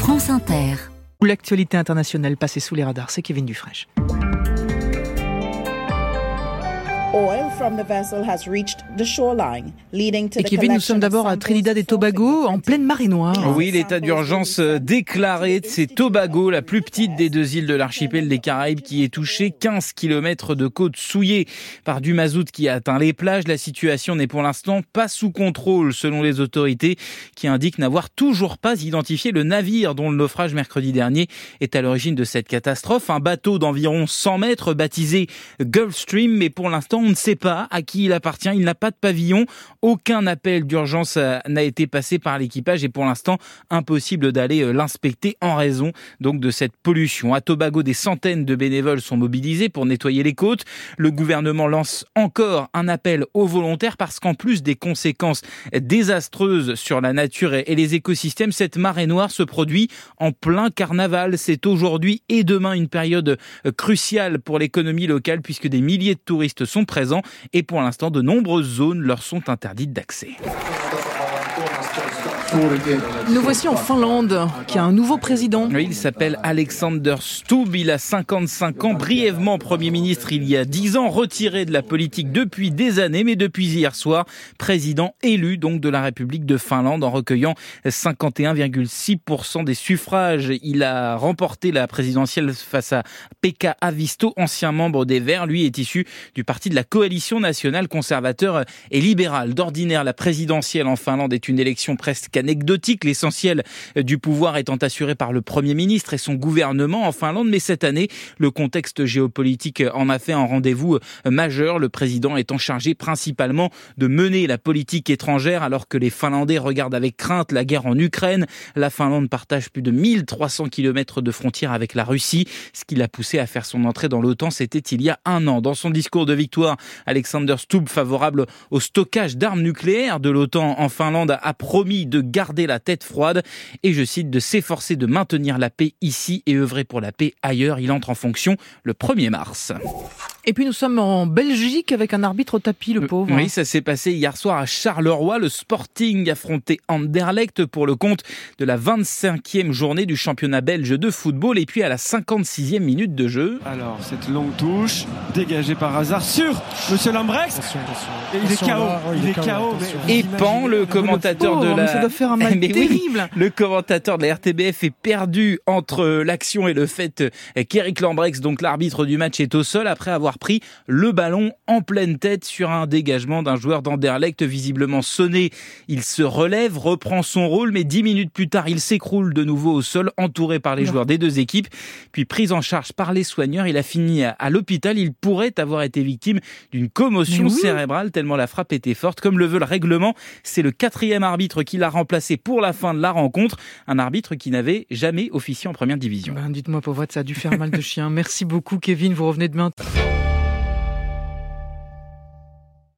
France Inter. L'actualité internationale passée sous les radars, c'est Kevin Dufresne. Et Kevin, nous sommes d'abord à Trinidad et Tobago, en pleine marée noire. Oui, l'état d'urgence déclaré, c'est Tobago, la plus petite des deux îles de l'archipel des Caraïbes, qui est touchée. 15 km de côte souillée par du mazout qui a atteint les plages. La situation n'est pour l'instant pas sous contrôle, selon les autorités, qui indiquent n'avoir toujours pas identifié le navire dont le naufrage mercredi dernier est à l'origine de cette catastrophe. Un bateau d'environ 100 mètres, baptisé Gulfstream, mais pour l'instant, on ne sait pas à qui il appartient. Il n'a pas de pavillon. Aucun appel d'urgence n'a été passé par l'équipage et pour l'instant, impossible d'aller l'inspecter en raison donc de cette pollution. À Tobago, des centaines de bénévoles sont mobilisés pour nettoyer les côtes. Le gouvernement lance encore un appel aux volontaires parce qu'en plus des conséquences désastreuses sur la nature et les écosystèmes, cette marée noire se produit en plein carnaval. C'est aujourd'hui et demain une période cruciale pour l'économie locale puisque des milliers de touristes sont présents et pour l'instant, de nombreuses zones leur sont interdites d'accès. Nous voici en Finlande, qui a un nouveau président. Oui, il s'appelle Alexander Stubb, il a 55 ans, brièvement Premier ministre il y a 10 ans, retiré de la politique depuis des années, mais depuis hier soir, président élu donc de la République de Finlande en recueillant 51,6% des suffrages. Il a remporté la présidentielle face à Pekka Haavisto, ancien membre des Verts. Lui est issu du parti de la coalition nationale conservateur et libérale. D'ordinaire, la présidentielle en Finlande est une élection presque anecdotique, l'essentiel du pouvoir étant assuré par le Premier ministre et son gouvernement en Finlande. Mais cette année, le contexte géopolitique en a fait un rendez-vous majeur, le président étant chargé principalement de mener la politique étrangère alors que les Finlandais regardent avec crainte la guerre en Ukraine. La Finlande partage plus de 1300 km de frontières avec la Russie, ce qui l'a poussé à faire son entrée dans l'OTAN, c'était il y a un an. Dans son discours de victoire, Alexander Stubb, favorable au stockage d'armes nucléaires de l'OTAN en Finlande, a promis de garder la tête froide et, je cite, de s'efforcer de maintenir la paix ici et œuvrer pour la paix ailleurs. Il entre en fonction le 1er mars. Et puis nous sommes en Belgique avec un arbitre au tapis, le pauvre. Oui, ça s'est passé hier soir à Charleroi. Le Sporting affrontait Anderlecht pour le compte de la 25e journée du championnat belge de football. Et puis à la 56e minute de jeu. Alors, cette longue touche, dégagée par hasard sur Monsieur Lambrecht. Et il est KO. Il est KO. Et Pan, le commentateur de la... Ça doit faire un mal terrible. Oui, le commentateur de la RTBF est perdu entre l'action et le fait qu'Eric Lambrecht, donc l'arbitre du match, est au sol après avoir pris le ballon en pleine tête sur un dégagement d'un joueur d'Anderlecht visiblement sonné. Il se relève, reprend son rôle, mais 10 minutes plus tard, il s'écroule de nouveau au sol, entouré par les joueurs des deux équipes. Puis pris en charge par les soigneurs, il a fini à l'hôpital. Il pourrait avoir été victime d'une commotion cérébrale tellement la frappe était forte. Comme le veut le règlement, c'est le 4e arbitre qui l'a remplacé pour la fin de la rencontre. Un arbitre qui n'avait jamais officié en première division. Dites-moi, pauvre, ça a dû faire mal de chien. Merci beaucoup, Kevin. Vous revenez demain.